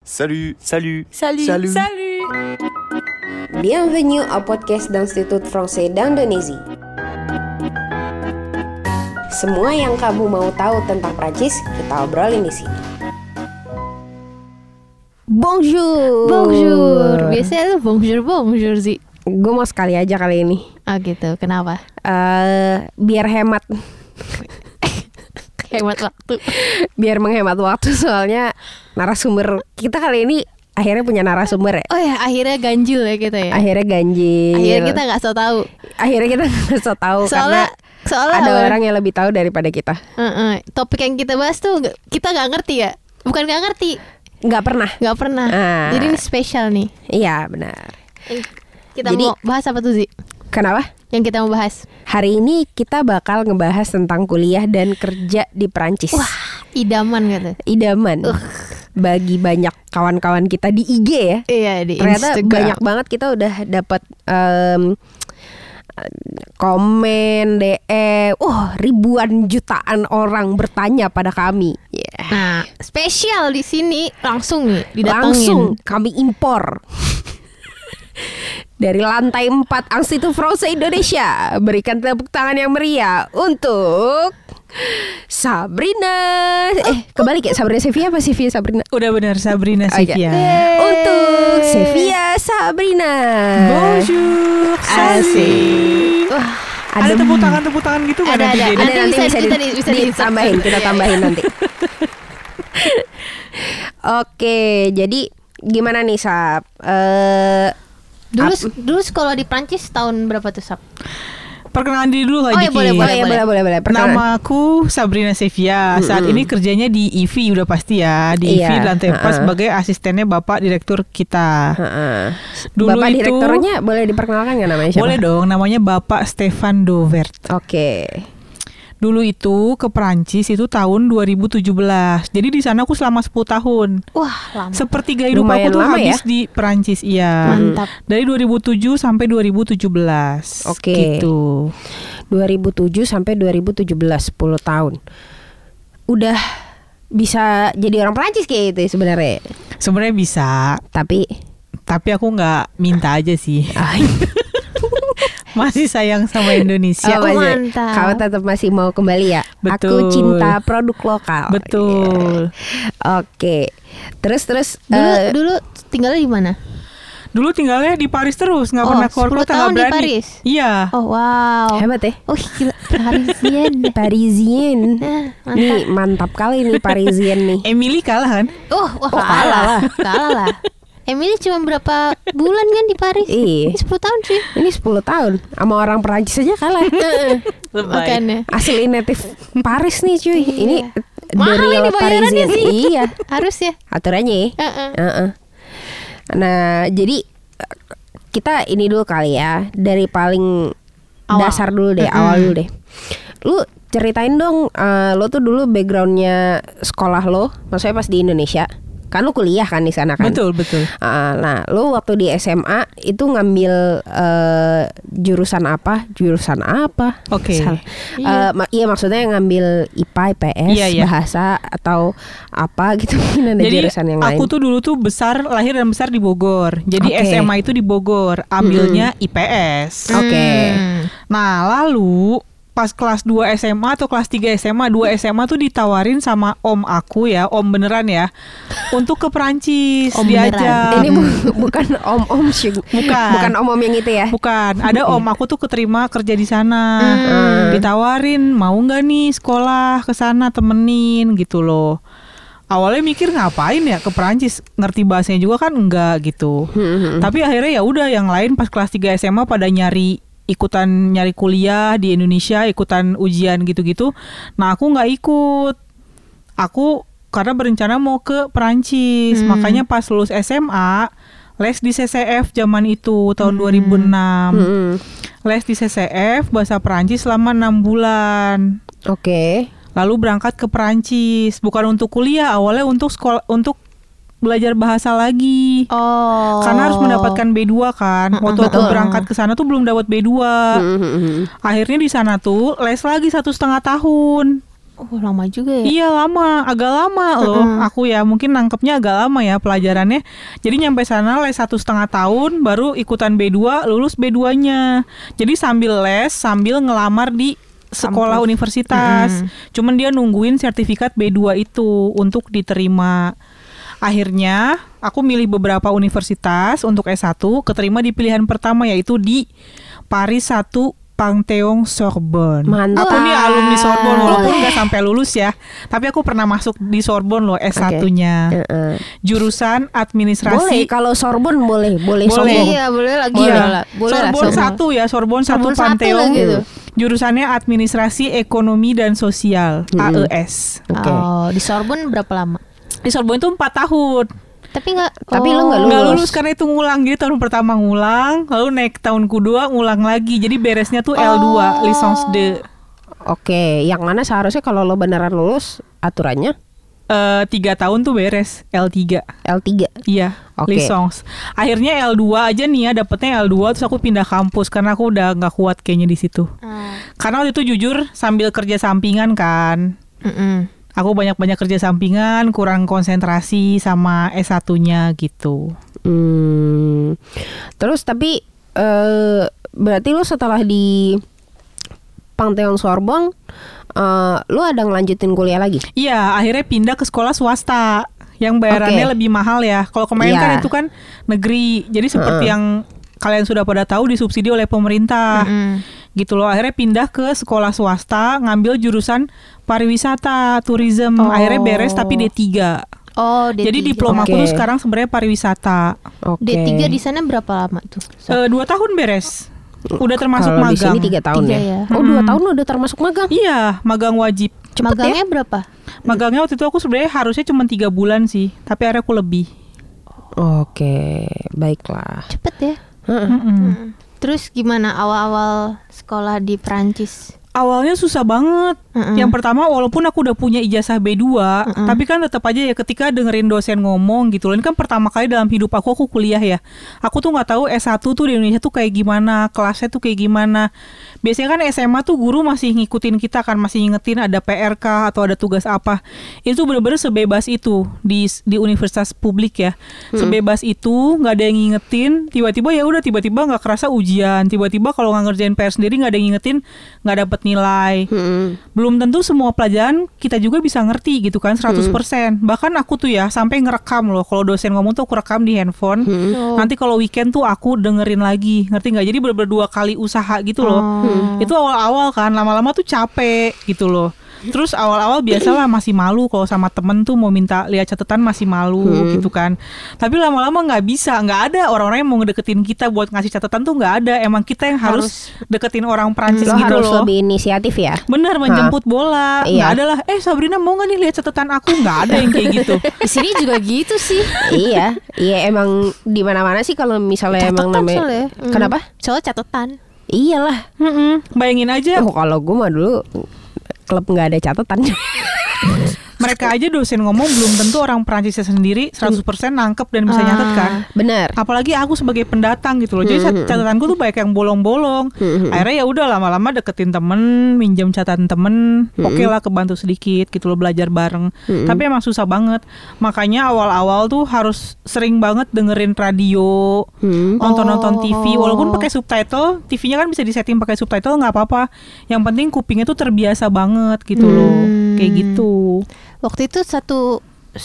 Salut. Salut. Salut. Salut. Salut. Bienvenue au podcast d'Institut Français d'Indonésie. Semua yang kamu mau tahu tentang Prancis, kita obrolin di sini. Bonjour. Bonjour. Biasanya lu bonjour sih. Gue mau sekali aja kali ini. Oh gitu, kenapa? Biar hemat. Hemat waktu. Biar menghemat waktu, soalnya narasumber kita kali ini akhirnya punya narasumber ya. Oh ya, akhirnya ganjil ya kita ya. Akhirnya ganjil. Akhirnya kita nggak so tahu. Akhirnya kita nggak so tahu karena ada orang yang lebih tahu daripada kita. Topik yang kita bahas tuh kita nggak ngerti ya. Bukan nggak ngerti. Nggak pernah. Jadi ini spesial nih. Iya benar. Kita Jadi, mau bahas apa tuh Zi? Kenapa? Yang kita mau bahas. Hari ini kita bakal ngebahas tentang kuliah dan kerja di Perancis. Wah, idaman gitu. Idaman. Bagi banyak kawan-kawan kita di IG ya. Iya, di Ternyata Instagram. banyak banget kita udah dapat komen, DM. Ribuan jutaan orang bertanya pada kami. Yeah. Nah, spesial di sini langsung nih didatengin. Langsung kami impor. Dari lantai 4 Institut Français Indonesia. Berikan tepuk tangan yang meriah untuk Sabrina. Kebalik ya, Sabrina Sevilla apa Sevilla Sabrina? Udah benar, Sabrina Sevilla. Untuk Sevilla Sabrina. Bonjour. Asik. Wah, Ada tepuk tangan gitu nggak nanti? Ada. Dedi? Nanti bisa ditambahin, kita tambahin nanti. Oke, jadi gimana nih Sab? Dulu sekolah di Prancis tahun berapa tuh Sab? Perkenalan diri dulu Oh Kak ya, Diki. Boleh. Nama aku Sabrina Sevilla. Saat ini kerjanya di IVI udah pasti ya. Di IVI lantai 4 sebagai asistennya Bapak Direktur kita. Dulu Bapak itu, direkturnya boleh diperkenalkan nggak namanya siapa? boleh dong, namanya Bapak Stefan Dovert. Oke. Dulu itu ke Perancis itu tahun 2017. Jadi di sana aku selama 10 tahun. Wah, lama. Sepertiga hidup Lumayan aku tuh lama habis ya? di Perancis, iya. Mantap. Dari 2007 sampai 2017. Oke. Gitu. 2007 sampai 2017, 10 tahun. Udah bisa jadi orang Prancis kayak gitu ya sebenarnya. Sebenarnya bisa, Tapi aku nggak minta aja sih. Masih sayang sama Indonesia. Oh, masih. mantap. Kamu tetap masih mau kembali ya? Aku Betul. cinta produk lokal. Betul. Oke. Terus Dulu tinggalnya di mana? Dulu tinggalnya di Paris terus, nggak pernah keluar 10 kota, tahun nggak di berani. Paris? Iya. Oh wow. hebat ya? Oh gila, Parisien. Parisien. Mantap. Nih mantap kali nih Parisien nih. Emily kalah kan? Wah, kalah lah. Emily cuma berapa bulan kan di Paris? Iya. 10 tahun sih. Ini 10 tahun sama orang Perancis aja kalah. Makanya. Asli native Paris nih cuy. Ini the Mahal real ini bayarannya Parisian. sih. Iya. Harus ya. Aturannya ya. Nah jadi kita ini dulu kali ya. Dari paling Awal. dasar dulu deh. Awal dulu deh. Lu ceritain dong, lo tuh dulu backgroundnya sekolah lo, maksudnya pas di Indonesia. Kan lu kuliah kan di sana kan? Betul. Nah, lu waktu di SMA itu ngambil jurusan apa? Oke. Salah. Iya maksudnya ngambil IPA, IPS, Iya. bahasa atau apa gitu. Mungkin ada Jadi jurusan yang lain. aku tuh dulu tuh lahir dan besar di Bogor. Jadi Oke. SMA itu di Bogor, ambilnya IPS. Oke. Nah, lalu pas kelas 2 SMA atau kelas 3 SMA, 2 SMA tuh ditawarin sama om aku ya, om beneran ya, untuk ke Perancis Om diajak. Ini bukan om-om sih. Bukan om-om yang itu ya. Bukan, ada om aku tuh keterima kerja di sana. Ditawarin mau nggak nih sekolah ke sana temenin gitu loh. Awalnya mikir ngapain ya ke Perancis, ngerti bahasanya juga kan enggak gitu. Tapi akhirnya ya udah, yang lain pas kelas 3 SMA pada ikutan nyari kuliah di Indonesia, ikutan ujian gitu-gitu. Nah aku nggak ikut. Aku karena berencana mau ke Perancis. Makanya pas lulus SMA les di CCF zaman itu tahun 2006. Les di CCF bahasa Perancis selama 6 bulan. Oke. Lalu berangkat ke Perancis, bukan untuk kuliah, awalnya untuk sekolah, untuk belajar bahasa lagi. Oh. Karena harus mendapatkan B2 kan. Waktu aku berangkat ke sana tuh belum dapat B2. Akhirnya di sana tuh les lagi 1,5 tahun. Oh, lama juga ya. Iya lama, agak lama loh. Aku ya mungkin nangkepnya agak lama ya pelajarannya. Jadi nyampe sana les 1,5 tahun, baru ikutan B2, lulus B2-nya. Jadi sambil les, sambil ngelamar di sekolah universitas. Cuman dia nungguin sertifikat B2 itu untuk diterima. Akhirnya aku milih beberapa universitas untuk S1, keterima di pilihan pertama yaitu di Paris 1 Panthéon Sorbonne. Mantap. Aku nih alumni Sorbonne walaupun nggak sampai lulus ya, tapi aku pernah masuk di Sorbonne loh S1-nya. Jurusan administrasi. Boleh kalau Sorbonne boleh Boleh. sombong. Iya, boleh lagi. Iya. Boleh lah, Sorbonne sombong. 1 ya, Sorbonne 1 Sorbonne 1 Panthéon. lah gitu. Jurusannya administrasi ekonomi dan sosial, AES. Oke. Oh, di Sorbonne berapa lama? Di Sorbonne itu 4 tahun. Tapi nggak. Tapi lo nggak Nggak lulus. lulus karena itu ngulang. Jadi tahun pertama ngulang, lalu naik tahun kedua ngulang lagi. Jadi beresnya tuh L2, licence 2. Oke, yang mana seharusnya kalau lo beneran lulus aturannya 3 tahun tuh beres L3. L3. Iya, Oke. licence. Akhirnya L2 aja nih ya, dapetnya L2 terus aku pindah kampus karena aku udah nggak kuat kayaknya di situ. Karena waktu itu jujur sambil kerja sampingan kan. Aku banyak-banyak kerja sampingan, kurang konsentrasi sama S1-nya gitu. Terus tapi berarti lo setelah di Panthéon Sorbonne lo ada ngelanjutin kuliah lagi? Iya, akhirnya pindah ke sekolah swasta yang bayarannya Oke. lebih mahal ya. Kalau kemarin Iya. kan itu kan negeri, jadi seperti yang kalian sudah pada tahu disubsidi oleh pemerintah. Gitu loh. Akhirnya pindah ke sekolah swasta, ngambil jurusan pariwisata, tourism. Akhirnya beres tapi D3. Oh, D3. Jadi diplomaku Oke. tuh sekarang sebenarnya pariwisata. Oke. D3 di sana berapa lama tuh? 2 tahun beres. Udah termasuk Kalau di magang. sini 3 tahun 3 ya. ya. Oh 2 tahun udah termasuk magang. Iya, magang wajib. Cepet Magangnya berapa? Magangnya waktu itu aku sebenarnya harusnya cuma 3 bulan sih, tapi akhirnya aku lebih. Oke, baiklah. Cepet ya. Mm-mm. Terus gimana awal-awal sekolah di Perancis? Awalnya susah banget. Yang pertama walaupun aku udah punya ijazah B2, tapi kan tetap aja ya ketika dengerin dosen ngomong gitu loh. Ini kan pertama kali dalam hidup aku kuliah ya. Aku tuh nggak tahu S1 tuh di Indonesia tuh kayak gimana, kelasnya tuh kayak gimana. Biasanya kan SMA tuh guru masih ngikutin kita kan, masih ngingetin ada PRK atau ada tugas apa. Itu bener-bener sebebas itu di universitas publik ya. Sebebas itu, nggak ada yang ngingetin. Tiba-tiba ya udah tiba-tiba nggak kerasa ujian. Tiba-tiba kalau nggak ngerjain PR sendiri nggak ada yang ngingetin, nggak dapet nilai. Belum tentu semua pelajaran kita juga bisa ngerti gitu kan 100%. Bahkan aku tuh ya sampai ngerekam loh. Kalau dosen ngomong tuh aku rekam di handphone. Nanti kalau weekend tuh aku dengerin lagi. Ngerti nggak? Jadi bener-bener 2 kali usaha gitu loh. Itu awal-awal kan, lama-lama tuh capek gitu loh. Terus awal-awal biasalah masih malu kalau sama temen tuh mau minta lihat catatan masih malu gitu kan. Tapi lama-lama nggak bisa, nggak ada orang-orang yang mau ngedeketin kita buat ngasih catatan tuh nggak ada. Emang kita yang harus deketin orang Perancis Lo gitu harus loh. lebih inisiatif ya. Bener menjemput bola. Iya. Nggak ada lah. Sabrina mau nggak nih lihat catatan aku? Nggak ada yang kayak gitu. Di sini juga gitu sih. Iya emang di mana-mana sih kalau misalnya emang Catatan namanya. soalnya. Kenapa? Soalnya catatan. Iyalah. Bayangin aja. Oh kalau gue mah dulu klub nggak ada catatan. Mereka aja dosen ngomong belum tentu orang Perancisnya sendiri 100% nangkep dan bisa nyatet kan. Bener. Apalagi aku sebagai pendatang gitu loh. Jadi catatanku tuh banyak yang bolong-bolong. Akhirnya ya udah lama-lama deketin temen, minjem catatan temen. Oke lah kebantu sedikit gitu loh, belajar bareng. Tapi emang susah banget. Makanya awal-awal tuh harus sering banget dengerin radio, nonton-nonton TV. Walaupun pakai subtitle, TV-nya kan bisa disetting pakai subtitle nggak apa-apa. Yang penting kupingnya tuh terbiasa banget gitu loh. Kayak gitu. Waktu itu satu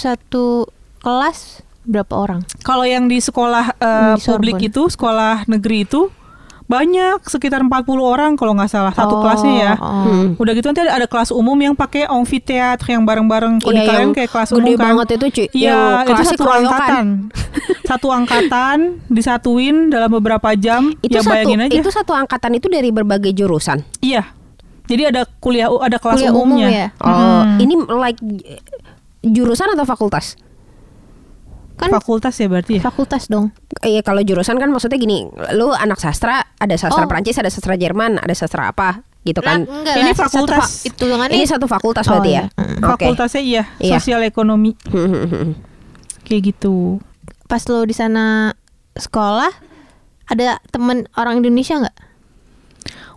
kelas berapa orang? Kalau yang di sekolah Di publik Sorbonne. itu, sekolah negeri itu banyak, sekitar 40 orang kalau nggak salah satu kelasnya ya. Udah gitu nanti ada kelas umum yang pakai amphitheater yang bareng-bareng. Kalau di Iya, kalian yang kayak kelas gede umum kan. banget itu, cuy. Iya, Yang itu kelasnya satu keroyokan. angkatan. Satu angkatan disatuin dalam beberapa jam. Itu Ya satu bayangin aja. itu satu angkatan itu dari berbagai jurusan. Iya. Jadi ada ada kelas Kuliah umum umumnya. ya? Oh, ini like jurusan atau fakultas? Kan Fakultas ya berarti ya. fakultas dong. Iya kalau jurusan kan maksudnya gini, lu anak sastra, ada sastra Oh. Prancis, ada sastra Jerman, ada sastra apa gitu kan? Enggak Ini lah, fakultas. Itu dengan Ini satu fakultas Oh, berarti iya. ya? Oke. Fakultasnya iya, Iya. sosial ekonomi kayak gitu. Pas lo di sana sekolah ada temen orang Indonesia nggak?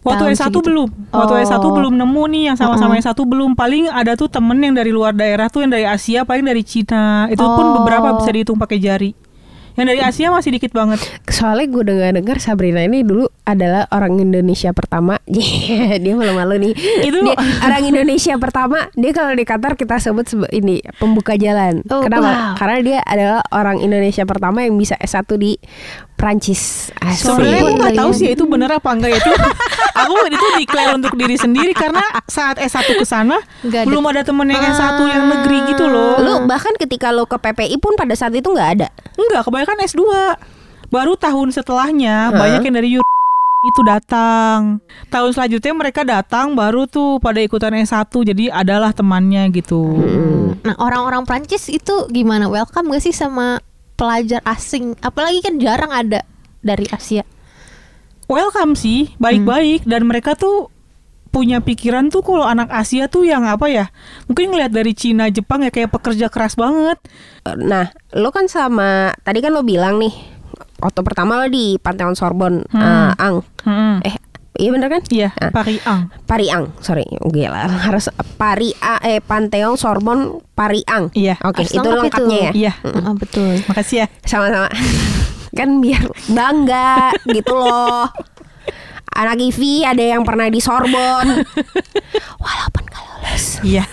Waktu tahun S1 segitu? belum. Waktu Oh. S1 belum nemu nih yang sama-sama S1 belum. Paling ada tuh temen yang dari luar daerah tuh, yang dari Asia, paling dari Cina. Itu pun beberapa bisa dihitung pakai jari. Yang dari Asia masih dikit banget. Soalnya gue dengar Sabrina ini dulu adalah orang Indonesia pertama. Dia malu-malu nih. Dia orang Indonesia pertama. Dia kalau di Qatar kita sebut ini pembuka jalan. Oh, Kenapa? wow. Karena dia adalah orang Indonesia pertama yang bisa S1 di Prancis. Sebenarnya aku nggak tahu Iya. sih itu bener apa enggak itu. Aku itu declare untuk diri sendiri karena saat S1 ke sana Nggak ada. belum ada temen yang S1 yang negeri gitu loh. Lu bahkan ketika lo ke PPI pun pada saat itu nggak ada. Enggak, kebanyakan S2. Baru tahun setelahnya banyak yang dari itu datang. Tahun selanjutnya mereka datang baru tuh pada ikutan S1. Jadi adalah temannya gitu. Nah, orang-orang Prancis itu gimana? Welcome gak sih sama pelajar asing? Apalagi kan jarang ada dari Asia. Welcome sih, baik-baik. Dan mereka tuh punya pikiran tuh kalau anak Asia tuh yang apa ya, mungkin ngeliat dari Cina, Jepang ya kayak pekerja keras banget. Nah, lo kan sama tadi kan lo bilang nih waktu pertama lo di Pantheon Sorbonne, Ang. Iya bener kan? Iya, Nah, Pariang. Pariang, sorry, gila harus Pantheon Sorbonne Pariang. Iya. Oke, Harus itu lengkap lengkapnya itu. ya. Iya, Betul. makasih ya. Sama-sama. Kan biar bangga gitu loh. Anak IVI ada yang pernah di Sorbonne. Walaupun gak lulus, Iya.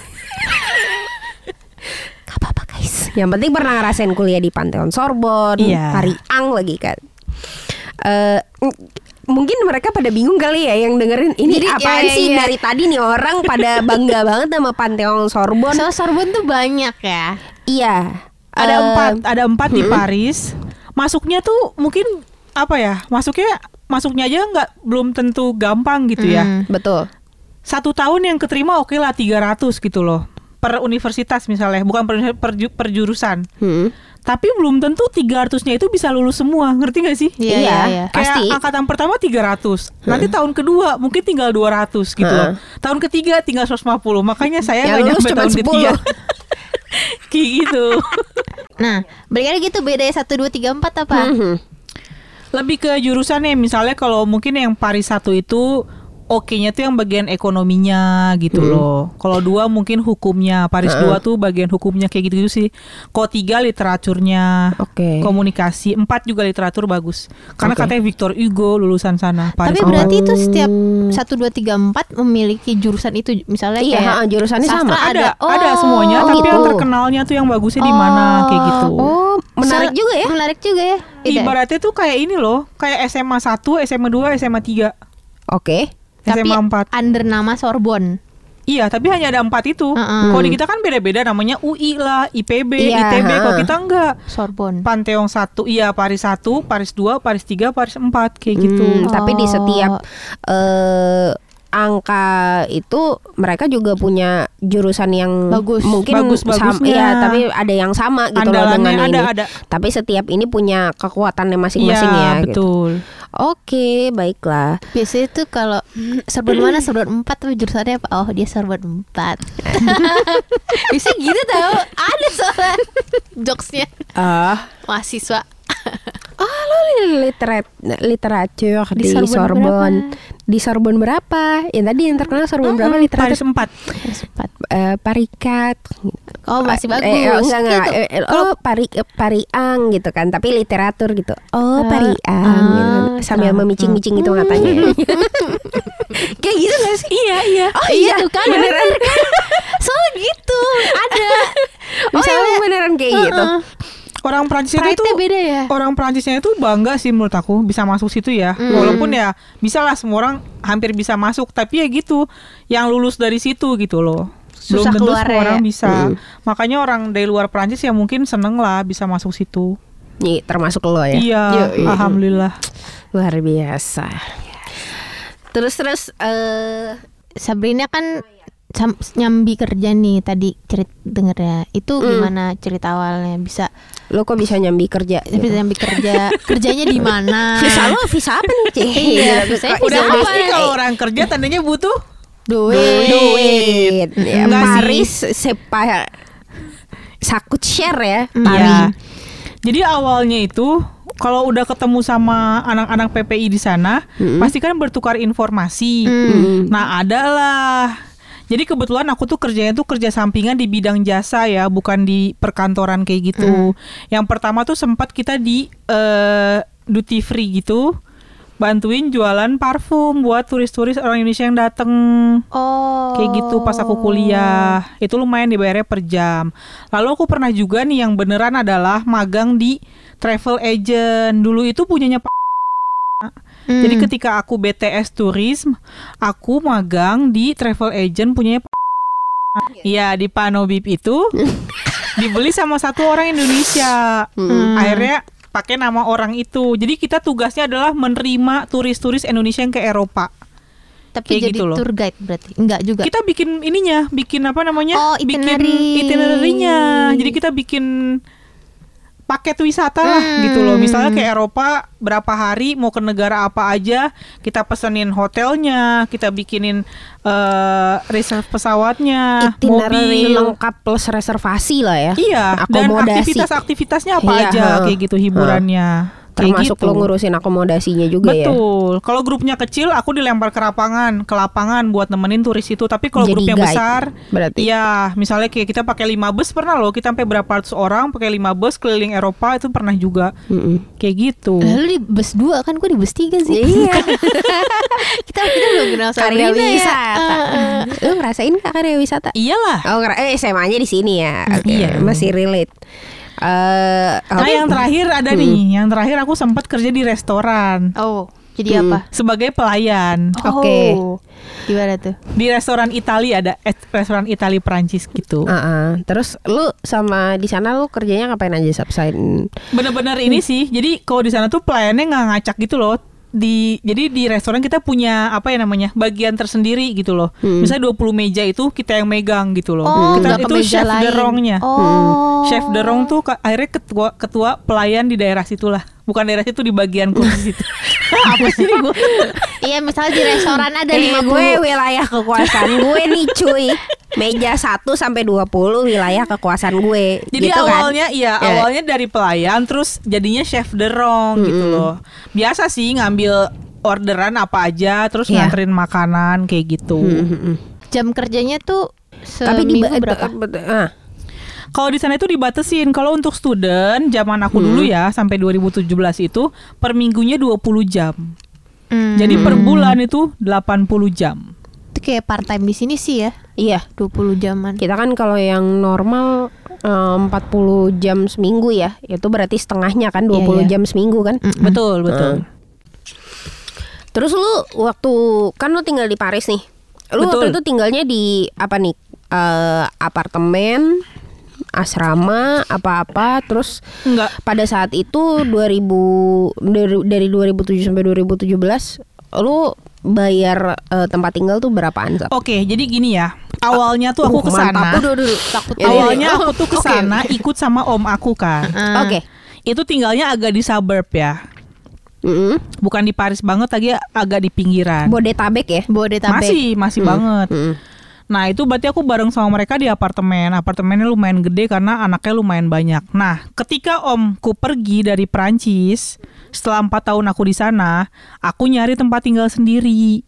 gak apa-apa guys. Yang penting pernah ngerasain kuliah di Pantheon Sorbonne, Iya. Pariang lagi kan. Mungkin mereka pada bingung kali ya yang dengerin ini. Jadi, apaan iya, sih iya. dari tadi nih orang pada bangga banget sama Pantheon Sorbonne. So, Sorbonne tuh banyak ya. Iya. Ada empat di Paris. Masuknya tuh mungkin apa ya? Masuknya aja belum tentu gampang gitu ya. Betul. 1 tahun yang keterima oke lah 300 gitu loh. Per universitas misalnya, bukan per jurusan. Tapi belum tentu 300-nya itu bisa lulus semua, ngerti gak sih? Iya, Iya. iya. Pasti. Kayak angkatan pertama 300, nanti tahun kedua mungkin tinggal 200 gitu loh. Tahun ketiga tinggal 150, makanya saya Yang nggak lulus nyampe cuma tahun 10. ketiga. Kayak gitu. Nah, balik lagi gitu beda 1, 2, 3, 4 apa? Lebih ke jurusannya, misalnya kalau mungkin yang Paris 1 itu oke-nya tuh yang bagian ekonominya gitu loh. Kalau 2 mungkin hukumnya, Paris 2 tuh bagian hukumnya kayak gitu-gitu sih. Kalau 3 literaturnya, Oke. komunikasi, 4 juga literatur bagus. Karena Oke. katanya Victor Hugo lulusan sana. Paris Tapi 2. berarti itu setiap 1, 2, 3, 4 memiliki jurusan itu. Misalnya Iya, kayak jurusannya sastra sama. ada semuanya, oh tapi gitu. yang terkenalnya tuh yang bagusnya di mana kayak gitu. Oh, menarik juga ya. Menarik juga ya. Beda. Ibaratnya tuh kayak ini loh, kayak SMA 1, SMA 2, SMA 3, Oke. Tapi SMA 4. under nama Sorbonne. Iya, tapi hanya ada 4 itu. Kalau di kita kan beda-beda namanya, UI lah, IPB, Iya, ITB. Kalau kita enggak. Sorbonne. Pantheon 1, iya Paris 1, Paris 2, Paris 3, Paris 4 kayak gitu. Tapi di setiap angka itu mereka juga punya jurusan yang Bagus. mungkin Bagus-bagusnya. iya, tapi ada yang sama gitu loh Andalannya dengan ini. ada. Tapi setiap ini punya kekuatannya masing-masing Iya, ya gitu. betul. Oke, baiklah. Biasanya tuh kalau Sorbonne mana, Sorbonne 4 tapi jurusannya apa? Oh, dia Sorbonne 4. Bisa gitu tau. Ada soalnya jokesnya mahasiswa. Lo literatur Di di Sorbonne Sorbonne. berapa? Di Sorbonne berapa? Yang tadi yang terkenal Sorbonne berapa Paris literatur? 4. Harus 4. Parikat. Oh, masih bagus. Enggak. Gitu. Pariang gitu kan, tapi literatur gitu. Oh, Ah, Pariang gitu. Sambil memicing-micing itu katanya. Kayak gitu gak sih? Iya. Oh iya tuh kan beneran. Soalnya gitu. Ada. Misalnya beneran kayak gitu. Orang Prancis itu Pride-nya beda ya. Orang Prancisnya itu bangga sih menurut aku bisa masuk situ ya. Walaupun ya bisa lah semua orang hampir bisa masuk, tapi ya gitu yang lulus dari situ gitu loh. Susah Belum tentu keluar semua ya. orang bisa. Makanya orang dari luar Prancis ya mungkin seneng lah bisa masuk situ. Nih, termasuk lo ya. Iya, Yoi. alhamdulillah. Luar biasa. Terus Sabrina kan nyambi kerja nih tadi denger ya. Itu gimana cerita awalnya bisa lo kok bisa nyambi kerja? bisa nyambi kerja? Kerjanya di mana? Visa apa nih? Iya, visanya Udah visa apa? pasti kalau orang kerja tandanya butuh Duit. Ya, Enggak sih. Paris sakut share ya. Iya. Jadi awalnya itu kalau udah ketemu sama anak-anak PPI di sana, pasti kan bertukar informasi. Nah, adalah. Jadi kebetulan aku tuh kerjanya tuh kerja sampingan di bidang jasa ya, bukan di perkantoran kayak gitu. Yang pertama tuh sempat kita di duty free gitu, bantuin jualan parfum buat turis-turis orang Indonesia yang dateng. Kayak gitu pas aku kuliah. Itu lumayan dibayarnya per jam. Lalu aku pernah juga nih yang beneran adalah magang di travel agent. Dulu itu punyanya Jadi ketika aku BTS Tourism, aku magang di travel agent punyanya Iya, di Panobip itu dibeli sama satu orang Indonesia. Akhirnya pakai nama orang itu. Jadi kita tugasnya adalah menerima turis-turis Indonesia yang ke Eropa. Tapi Kayak jadi gitu loh. tour guide berarti? Enggak juga. Kita bikin ininya, bikin apa namanya? Oh, bikin itinerary. itinerary-nya. Jadi kita bikin paket wisata lah gitu loh. Misalnya ke Eropa berapa hari, mau ke negara apa aja, kita pesenin hotelnya, kita bikinin reserve pesawatnya, Itinerary mobil. lengkap plus reservasi lah ya. Iya, dan Akomodasi. aktivitas-aktivitasnya apa Iya, aja kayak gitu hiburannya. Kayak Termasuk gitu. lo ngurusin akomodasinya juga ya. Betul. Kalau grupnya kecil, aku dilempar ke lapangan buat nemenin turis itu. Tapi kalau Jadi grupnya guide, besar, berarti. iya, misalnya kayak kita pakai 5 bus pernah loh. Kita sampai berapa ratus orang pakai 5 bus keliling Eropa itu pernah juga. Kayak gitu. Lalu di bus 2 kan, gue di bus 3 sih. Iya. kita belum kenal Karya Sabrina ya. wisata. Lu ngerasain gak karya wisata? Iyalah. Oh, SMA-nya di sini ya. Oke, Iya. masih relate. Nah, yang terakhir ada nih. Yang terakhir aku sempat kerja di restoran Oh, jadi apa? sebagai pelayan. Oke. Gimana tuh? Di restoran Italia ada restoran Italia Perancis gitu. Terus lu sama di sana lu kerjanya ngapain aja selain Bener-bener ini sih. Jadi kalau di sana tuh pelayannya nggak ngacak gitu loh. Jadi di restoran kita punya apa ya namanya, bagian tersendiri gitu loh. Misalnya 20 meja itu kita yang megang gitu loh. Kita nggak ke itu meja chef lain. de rongnya. Chef de rong tuh akhirnya ketua pelayan di daerah situlah. Bukan daerah situ, di bagian kursi situ. Apa sih nih gue? Iya, misalnya di restoran ada 50. gue wilayah kekuasaan gue nih cuy. Meja 1 sampai 20 wilayah kekuasaan gue. Jadi gitu awalnya kan? iya, awalnya dari pelayan terus jadinya chef de rong gitu loh. Biasa sih ngambil orderan apa aja terus Iya. nganterin makanan kayak gitu. Jam kerjanya tuh Tapi di seminggu berapa? Kalau di sana itu dibatasin. Kalau untuk student zaman aku dulu ya sampai 2017 itu per minggunya 20 jam. Jadi per bulan itu 80 jam. Itu kayak part time di sini sih ya. Iya. 20 jaman. Kita kan kalau yang normal 40 jam seminggu ya. Itu berarti setengahnya kan 20 Iya. jam seminggu kan. Betul, betul. Terus lu waktu kan lu tinggal di Paris nih. Lu waktu Betul. itu tinggalnya di apa nih? Apartemen, asrama, apa-apa. Terus Enggak. pada saat itu dari 2007 sampai 2017 lu bayar tempat tinggal tuh berapaan? Sab? Oke, jadi gini ya. Awalnya tuh aku kesana. Mantap. Udah, takut. Awalnya aku tuh kesana ikut sama om aku kan. Oke. Itu tinggalnya agak di suburb ya. Bukan di Paris banget, lagi agak di pinggiran. Bodetabek ya? Bodetabek. Masih banget. Nah itu berarti aku bareng sama mereka di apartemen. Apartemennya lumayan gede karena anaknya lumayan banyak. Nah ketika omku pergi dari Prancis, setelah 4 tahun aku di sana, aku nyari tempat tinggal sendiri.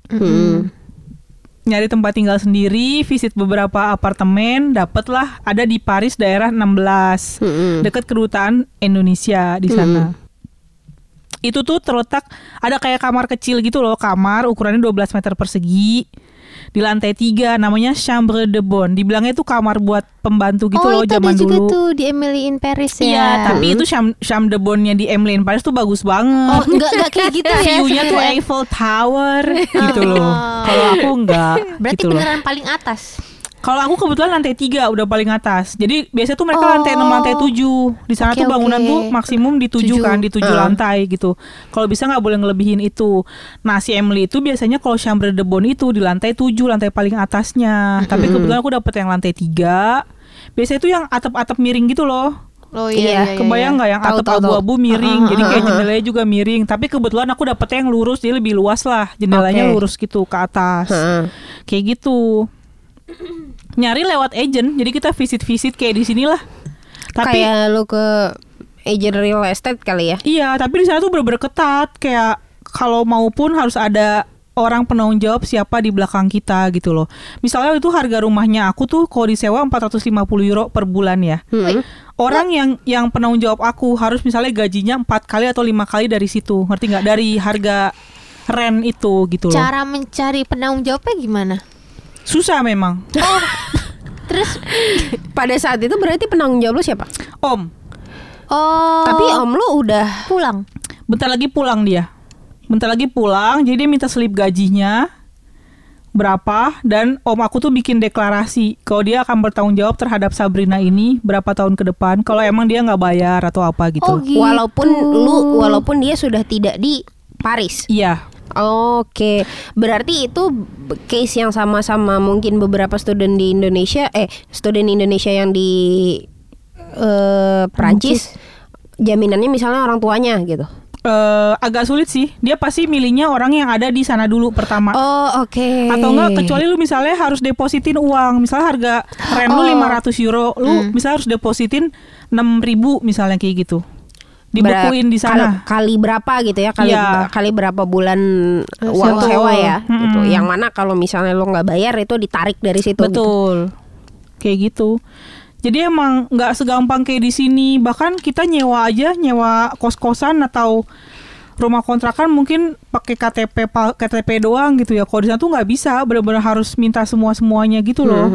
Nyari tempat tinggal sendiri, visit beberapa apartemen, dapatlah ada di Paris daerah 16, dekat kedutaan Indonesia di sana. Itu tuh terletak ada kayak kamar kecil gitu loh, kamar ukurannya 12 meter persegi. Di lantai 3 namanya chambre de bonne. Dibilangnya itu kamar buat pembantu gitu loh zaman itu ada juga dulu. tuh di Emily in Paris ya. Iya, tapi itu chambre de bonne-nya di Emily in Paris tuh bagus banget. Oh, enggak kayak gitu ya. View-nya tuh sebenarnya. Eiffel Tower gitu loh. Kalau aku enggak Berarti gitu loh. beneran paling atas. Kalau aku kebetulan lantai 3 udah paling atas. Jadi biasanya tuh mereka lantai 6, lantai 7. Di sana Oke, tuh bangunan oke. tuh maksimum di 7 kan, di 7 lantai gitu. Kalau bisa nggak boleh ngelebihin itu. Nah, si Emily itu biasanya kalau chambre de bonne itu di lantai 7, lantai paling atasnya. Tapi kebetulan aku dapet yang lantai 3. Biasanya itu yang atap-atap miring gitu loh. Oh Iya, Kebayang nggak yang Tahu, atap tahu, tahu. abu-abu miring, jadi kayak jendelanya juga miring. Tapi kebetulan aku dapetnya yang lurus, jadi lebih luas lah. Jendelanya Oke. lurus gitu ke atas. Kayak gitu. Nyari lewat agent, jadi kita visit-visit kayak di sinilah. Tapi Kayak lu ke agent real estate kali ya. Iya, tapi di sana tuh bener-bener ketat. Kayak kalau mau pun harus ada orang penanggung jawab siapa di belakang kita gitu loh. Misalnya itu harga rumahnya aku tuh kalau disewa 450 euro per bulan ya. Orang yang penanggung jawab aku harus misalnya gajinya 4 kali atau 5 kali dari situ. Ngerti nggak? Dari harga rent itu gitu loh. Cara mencari penanggung jawabnya gimana? Susah memang. Oh, terus Pada saat itu berarti penanggung jawab lu siapa? Om, Tapi om lu udah pulang. bentar lagi pulang dia. Bentar lagi pulang, jadi dia minta slip gajinya berapa, dan om aku tuh bikin deklarasi kalau dia akan bertanggung jawab terhadap Sabrina ini berapa tahun ke depan kalau emang dia nggak bayar atau apa gitu. Oh, gitu. Walaupun dia sudah tidak di Paris. Iya. Oke, berarti itu case yang sama-sama mungkin beberapa student Indonesia yang di Perancis, jaminannya misalnya orang tuanya gitu. Agak sulit sih. Dia pasti milihnya orang yang ada di sana dulu pertama. Oh, oke. Atau enggak, kecuali lu misalnya harus depositin uang. Misalnya harga rent lu 500 euro, lu misalnya harus depositin 6.000 misalnya kayak gitu. Dibekuin di sana. Kali berapa gitu ya? Kali berapa bulan uang sewa ya? Gitu. Yang mana kalau misalnya lo nggak bayar itu ditarik dari situ. Betul. Gitu. Kayak gitu. Jadi emang nggak segampang kayak di sini. Bahkan kita nyewa kos-kosan atau rumah kontrakan mungkin pakai KTP doang gitu ya. Kalau di sana tuh nggak bisa, benar-benar harus minta semuanya gitu loh.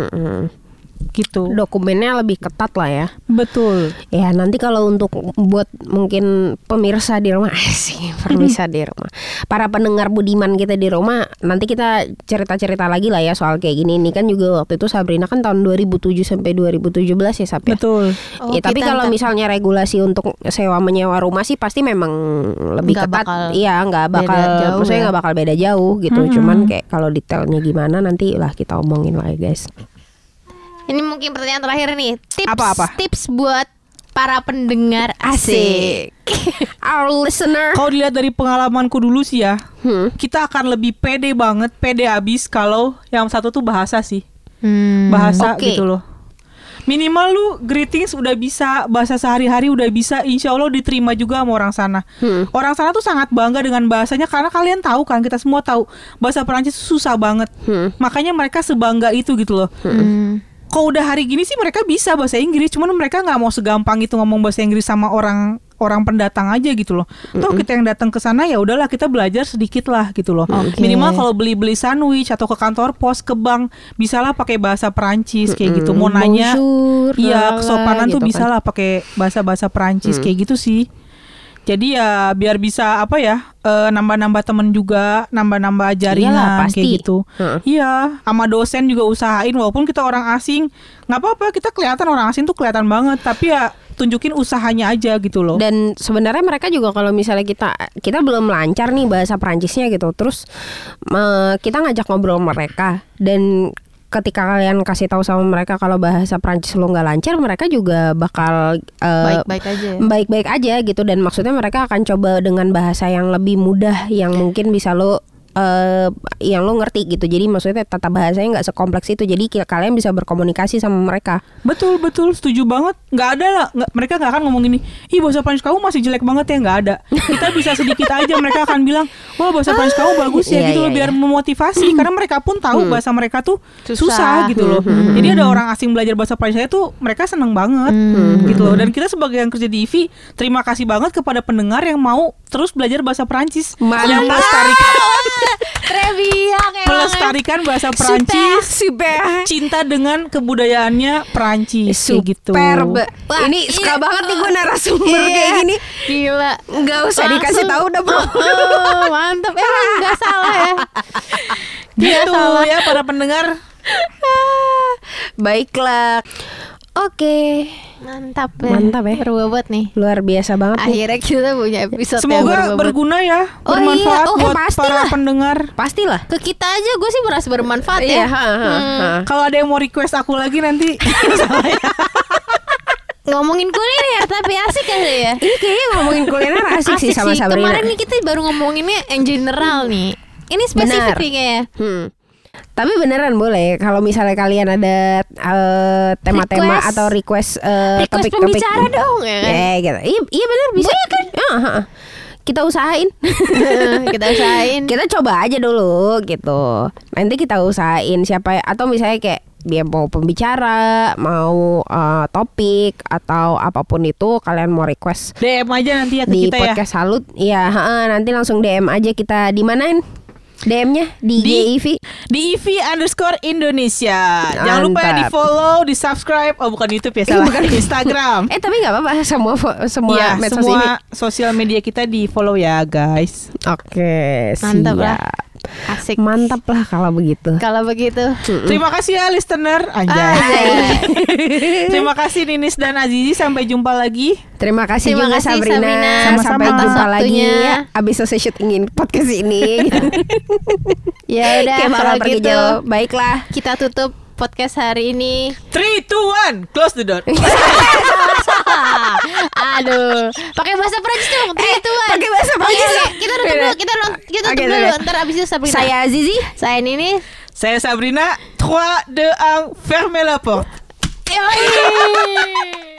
Gitu. Dokumennya lebih ketat lah ya. Betul. Ya nanti kalau untuk buat mungkin pemirsa di rumah pemirsa di rumah, para pendengar budiman kita di rumah, nanti kita cerita-cerita lagi lah ya soal kayak gini. Ini kan juga waktu itu Sabrina kan tahun 2007 sampai 2017 ya Sab ya. Betul. Tapi kalau misalnya regulasi untuk sewa menyewa rumah sih pasti memang lebih ketat. Iya, nggak bakal maksudnya nggak bakal beda jauh gitu. Cuman kayak kalau detailnya gimana nanti lah kita omongin lah ya guys. Ini mungkin pertanyaan terakhir nih. Tips buat para pendengar asik. Our listener. Kalau dilihat dari pengalamanku dulu sih ya, kita akan lebih pede abis kalau yang satu tuh bahasa sih. Bahasa gitu loh. Minimal lu greetings udah bisa, bahasa sehari-hari udah bisa, insya Allah diterima juga sama orang sana. Orang sana tuh sangat bangga dengan bahasanya karena kalian tahu kan, kita semua tahu bahasa Perancis susah banget. Makanya mereka sebangga itu gitu loh. Kalau udah hari gini sih mereka bisa bahasa Inggris, cuman mereka nggak mau segampang itu ngomong bahasa Inggris sama orang pendatang aja gitu loh. Toh kita yang datang ke sana ya udahlah kita belajar sedikit lah gitu loh. Minimal kalau beli sandwich atau ke kantor pos, ke bank, bisalah pakai bahasa Perancis kayak gitu. Mau nanya, iya kesopanan gitu tuh bisalah pakai bahasa Perancis kayak gitu sih. Jadi ya biar bisa nambah-nambah temen juga, nambah-nambah jaringan kayak gitu. Iya, sama dosen juga usahain walaupun kita orang asing, nggak apa-apa, kita kelihatan orang asing tuh kelihatan banget, tapi ya tunjukin usahanya aja gitu loh. Dan sebenarnya mereka juga kalau misalnya kita belum lancar nih bahasa Perancisnya gitu, terus kita ngajak ngobrol mereka dan ketika kalian kasih tahu sama mereka kalau bahasa Prancis lo nggak lancar, mereka juga bakal baik-baik aja gitu. Dan maksudnya mereka akan coba dengan bahasa yang lebih mudah, yang mungkin bisa yang lo ngerti gitu. Jadi maksudnya tata bahasanya nggak sekompleks itu. Jadi kalian bisa berkomunikasi sama mereka. Betul, setuju banget. Nggak ada lah, mereka nggak akan ngomong gini, ih bahasa Prancis kamu masih jelek banget ya, nggak ada. Kita bisa sedikit aja, mereka akan bilang, wah bahasa Prancis kamu bagus ya gitu loh, biar memotivasi. Karena mereka pun tahu bahasa mereka tuh susah gitu loh. Jadi ada orang asing belajar bahasa Prancis tuh mereka seneng banget gitu loh. Dan kita sebagai yang kerja di IVI, terima kasih banget kepada pendengar yang mau terus belajar bahasa Prancis, yang melestarikan bahasa Perancis, cinta dengan kebudayaannya Perancis gitu. Superb. Ini suka banget nih gue narasumber kayak gini. Gila. Nggak usah dikasih tahu udah bro. Mantap, emang nggak salah ya. Gitu ya para pendengar. Baiklah. Oke. Mantap ya. Berbobot nih. Luar biasa banget. Akhirnya kita punya episode semoga yang berguna ya, bermanfaat buat para pendengar. Pastilah. Ke kita aja gue sih merasa bermanfaat ya. Kalau ada yang mau request aku lagi nanti ngomongin kuliner tapi asik kali ya. Ini kayaknya ngomongin kuliner asik sih sama Sabrina. Kemarin nih kita baru ngomonginnya yang general nih. Ini spesifik nih kayaknya. Tapi beneran boleh kalau misalnya kalian ada tema-tema Request. atau request topik-topik pembicara dong, ya kan? Gitu. Iya bener bisa kan? Kita usahain. Kita usahain. Kita coba aja dulu gitu. Nanti kita usahain siapa atau misalnya kayak dia mau pembicara, mau topik atau apapun itu kalian mau request DM aja nanti ya ke di kita ya. podcast Salut. Iya, nanti langsung DM aja kita di manain? DM-nya di GIV. Di _Indonesia. Jangan lupa ya Mantap. di follow, di subscribe. Oh bukan YouTube ya, salah. Bukan. Instagram. Tapi nggak apa-apa semua Iya, medsos ini. semua sosial media kita di follow ya guys. Oke, Mantap lah. siap. Asik. Mantap lah kalau begitu. Kalau begitu. Terima kasih ya listener. Anjay. Terima kasih Ninis dan Azizi. Sampai jumpa lagi. Terima kasih Terima juga kasih, Sabrina. Sabrina. Sampai Sama-sama. jumpa Atas lagi waktunya. ya. Abis selesai syutingin podcast ini. Ya udah Kayak bakal kalau pergi gitu jauh. Baiklah. kita tutup podcast hari ini. 3, 2, 1, close the door. Aduh, pakai bahasa Prancis dong. 3, 2, 1. pakai bahasa Prancis. Oke, kita tutup dulu. Kita tutup Oke, dulu. oke. Ntar abis itu Sabrina. Saya Azizi. Saya Nini. Saya Sabrina. 3, 2, 1, fermez la porte. Yoi.